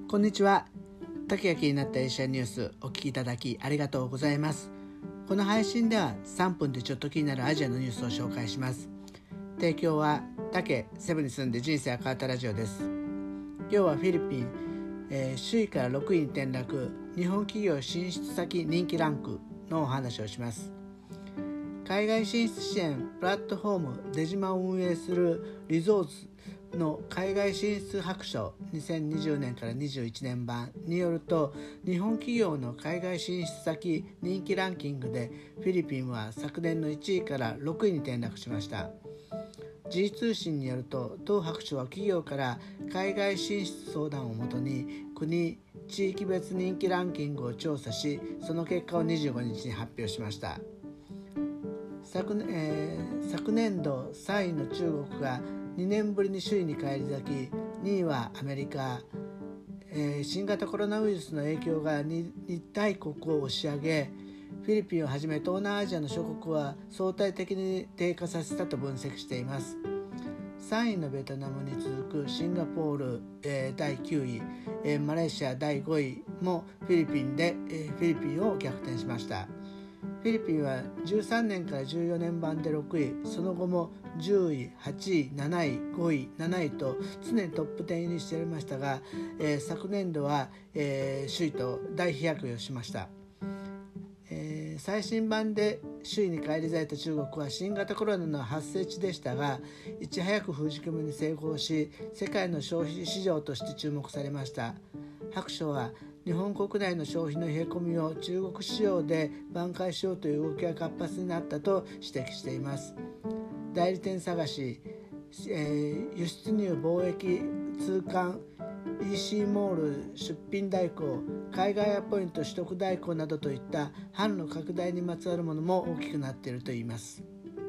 こんにちは。竹が気になったエーシャンニュースお聞きいただきありがとうございます。この配信では3分でちょっと気になるアジアのニュースを紹介します。提供は竹セブに住んで人生が変わったラジオです。今日はフィリピン、首位から6位に転落、日本企業進出先人気ランクのお話をします。海外進出支援プラットフォーム出島を運営するリゾーツの海外進出白書2020年から21年版によると、日本企業の海外進出先人気ランキングでフィリピンは昨年の1位から6位に転落しました。時事通信によると、同白書は企業から海外進出相談をもとに国・地域別人気ランキングを調査し、その結果を25日に発表しました。昨年度3位の中国が2年ぶりに首位に返り咲き、2位はアメリカ、新型コロナウイルスの影響が2大国を押し上げ、フィリピンをはじめ東南アジアの諸国は相対的に低下させたと分析しています。3位のベトナムに続くシンガポール、第9位、マレーシア第5位もフィリピンを逆転しました。フィリピンは13年から14年版で6位、その後も10位、8位、7位、5位、7位と常にトップ10入りしていましたが、昨年度は、首位と大飛躍をしました。最新版で首位に返り咲いた中国は新型コロナの発生地でしたが、いち早く封じ込めに成功し、世界の消費市場として注目されました。白書は日本国内の消費の冷え込みを中国市場で挽回しようという動きが活発になったと指摘しています。代理店探し、輸出入貿易通関、EC モール出品代行、海外アポイント取得代行などといった販路拡大にまつわるものも大きくなっているといいます。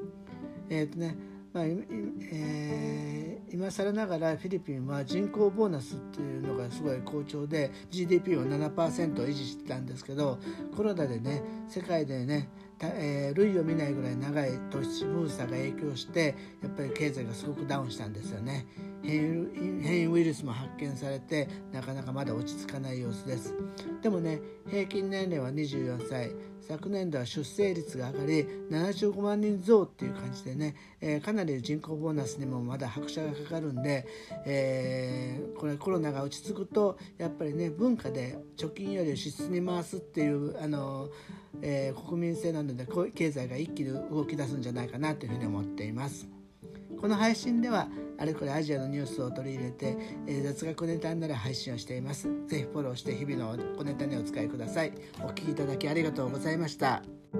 今更ながらフィリピンは人口ボーナスっていうのがすごい好調で GDP を 7% 維持してたんですけど、コロナでね、世界でね、類を見ないぐらい長い都市封鎖が影響して、やっぱり経済がすごくダウンしたんですよね。変異ウイルスも発見されて、なかなかまだ落ち着かない様子です。でもね、平均年齢は24歳、昨年度は出生率が上がり75万人増っていう感じでね、かなり人口ボーナスにもまだ拍車がかかるんで、これコロナが落ち着くとやっぱりね、文化で貯金より支出に回すっていう国民性なので、経済が一気に動き出すんじゃないかなというふうに思っています。この配信ではあれこれアジアのニュースを取り入れて、雑学ネタになる配信をしています。ぜひフォローして日々の小ネタにお使いください。お聞きいただきありがとうございました。